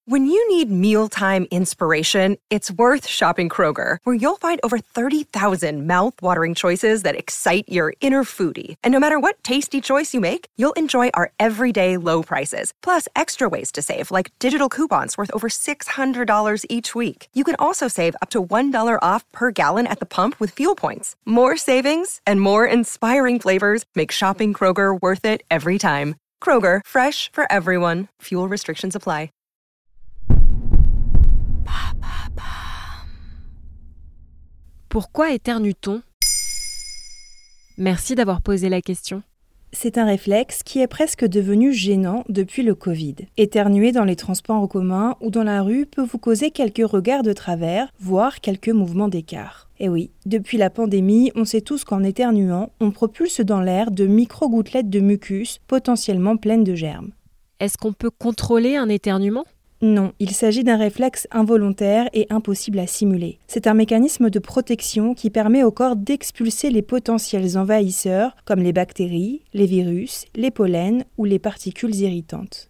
When you need mealtime inspiration, it's worth shopping Kroger, where you'll find over 30,000 mouth-watering choices that excite your inner foodie. And no matter what tasty choice you make, you'll enjoy our everyday low prices, plus extra ways to save, like digital coupons worth over $600 each week. You can also save up to $1 off per gallon at the pump with fuel points. More savings and more inspiring flavors make shopping Kroger worth it every time. Kroger, fresh for everyone. Fuel restrictions apply. Pourquoi éternue-t-on ? Merci d'avoir posé la question. C'est un réflexe qui est presque devenu gênant depuis le Covid. Éternuer dans les transports en commun ou dans la rue peut vous causer quelques regards de travers, voire quelques mouvements d'écart. Et oui, depuis la pandémie, on sait tous qu'en éternuant, on propulse dans l'air de micro-gouttelettes de mucus potentiellement pleines de germes. Est-ce qu'on peut contrôler un éternuement ? Non, il s'agit d'un réflexe involontaire et impossible à simuler. C'est un mécanisme de protection qui permet au corps d'expulser les potentiels envahisseurs comme les bactéries, les virus, les pollens ou les particules irritantes.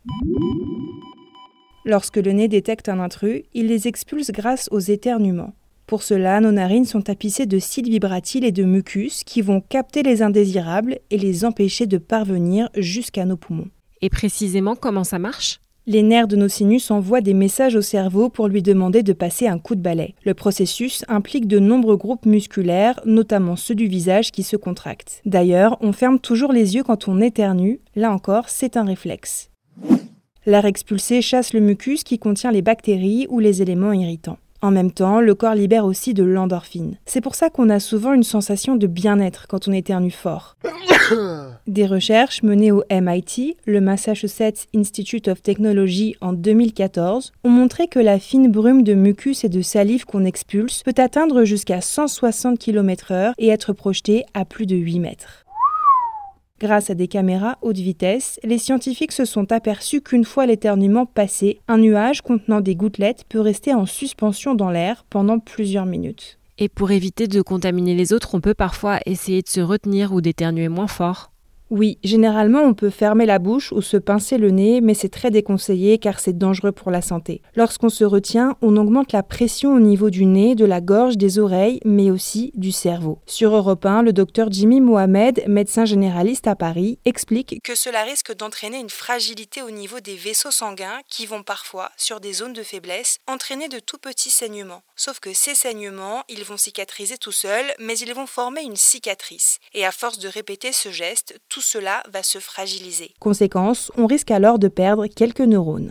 Lorsque le nez détecte un intrus, il les expulse grâce aux éternuements. Pour cela, nos narines sont tapissées de cides vibratiles et de mucus qui vont capter les indésirables et les empêcher de parvenir jusqu'à nos poumons. Et précisément, comment ça marche ? Les nerfs de nos sinus envoient des messages au cerveau pour lui demander de passer un coup de balai. Le processus implique de nombreux groupes musculaires, notamment ceux du visage qui se contractent. D'ailleurs, on ferme toujours les yeux quand on éternue. Là encore, c'est un réflexe. L'air expulsé chasse le mucus qui contient les bactéries ou les éléments irritants. En même temps, le corps libère aussi de l'endorphine. C'est pour ça qu'on a souvent une sensation de bien-être quand on éternue fort. Des recherches menées au MIT, le Massachusetts Institute of Technology en 2014, ont montré que la fine brume de mucus et de salive qu'on expulse peut atteindre jusqu'à 160 km/h et être projetée à plus de 8 mètres. Grâce à des caméras haute vitesse, les scientifiques se sont aperçus qu'une fois l'éternuement passé, un nuage contenant des gouttelettes peut rester en suspension dans l'air pendant plusieurs minutes. Et pour éviter de contaminer les autres, on peut parfois essayer de se retenir ou d'éternuer moins fort. Oui, généralement on peut fermer la bouche ou se pincer le nez, mais c'est très déconseillé car c'est dangereux pour la santé. Lorsqu'on se retient, on augmente la pression au niveau du nez, de la gorge, des oreilles, mais aussi du cerveau. Sur Europe 1, le docteur Jimmy Mohamed, médecin généraliste à Paris, explique que cela risque d'entraîner une fragilité au niveau des vaisseaux sanguins qui vont parfois, sur des zones de faiblesse, entraîner de tout petits saignements. Sauf que ces saignements, ils vont cicatriser tout seuls, mais ils vont former une cicatrice. Et à force de répéter ce geste, tout cela va se fragiliser. Conséquence, on risque alors de perdre quelques neurones.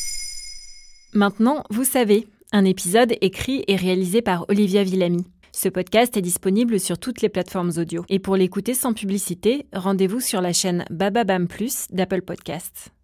Maintenant, vous savez, un épisode écrit et réalisé par Olivia Villamy. Ce podcast est disponible sur toutes les plateformes audio. Et pour l'écouter sans publicité, rendez-vous sur la chaîne Bababam Plus d'Apple Podcasts.